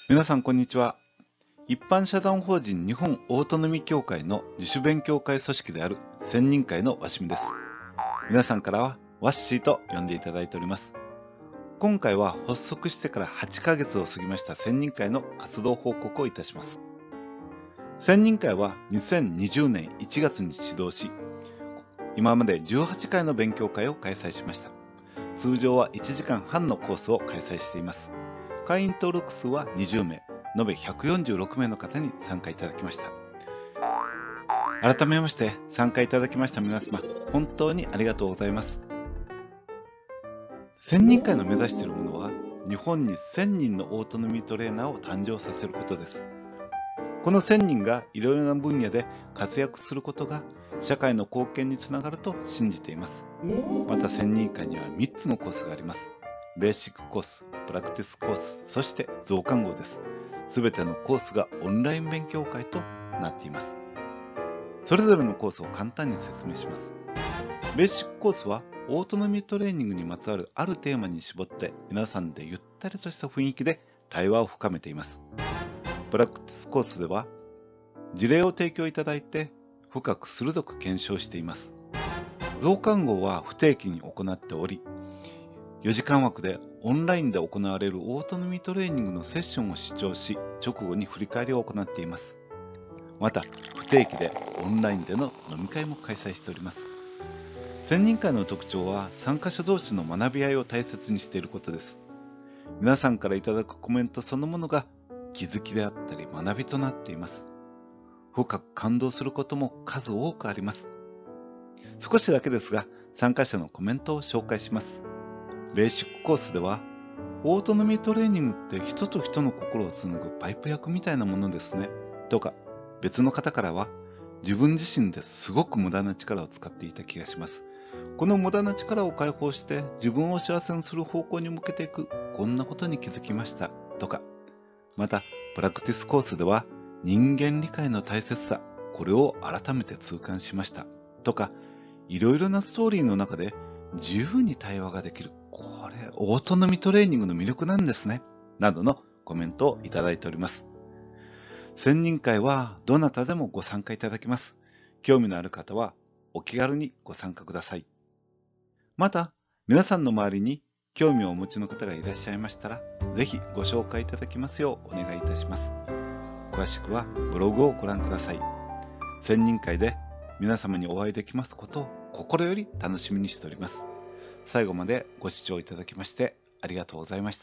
皆さんこんにちは。一般社団法人日本オートノミ協会の自主勉強会組織である専任会のわしみです。皆さんからはワッシーと呼んでいただいております。今回は発足してから8ヶ月を過ぎました専任会の活動報告をいたします。専任会は2020年1月に始動し、今まで18回の勉強会を開催しました。通常は1時間半のコースを開催しています。会員登録数は20名、延べ146名の方に参加いただきました。改めまして参加いただきました皆様、本当にありがとうございます。専任会の目指しているものは、日本に1000人のオートノミートレーナーを誕生させることです。この1000人がいろいろな分野で活躍することが社会の貢献につながると信じています。また専任会には3つのコースがあります。ベーシックコース、プラクティスコース、そして増刊号です。すべてのコースがオンライン勉強会となっています。それぞれのコースを簡単に説明します。ベーシックコースはオートノミートレーニングにまつわるあるテーマに絞って皆さんでゆったりとした雰囲気で対話を深めています。プラクティスコースでは事例を提供いただいて深く鋭く検証しています。増刊号は不定期に行っており、4時間枠でオンラインで行われるオートノミートレーニングのセッションを視聴し、直後に振り返りを行っています。また、不定期でオンラインでの飲み会も開催しております。専任会の特徴は、参加者同士の学び合いを大切にしていることです。皆さんからいただくコメントそのものが気づきであったり学びとなっています。深く感動することも数多くあります。少しだけですが、参加者のコメントを紹介します。ベーシックコースでは、オートノミートレーニングって人と人の心をつなぐパイプ役みたいなものですね。とか、別の方からは、自分自身ですごく無駄な力を使っていた気がします。この無駄な力を解放して自分を幸せにする方向に向けていく、こんなことに気づきました。とか、また、プラクティスコースでは、人間理解の大切さ、これを改めて痛感しました。とか、いろいろなストーリーの中で自由に対話ができる。これ、オートノミトレーニングの魅力なんですね。などのコメントをいただいております。専任会はどなたでもご参加いただけます。興味のある方はお気軽にご参加ください。また、皆さんの周りに興味をお持ちの方がいらっしゃいましたら、ぜひご紹介いただきますようお願いいたします。詳しくはブログをご覧ください。専任会で皆様にお会いできますことを心より楽しみにしております。最後までご視聴いただきましてありがとうございました。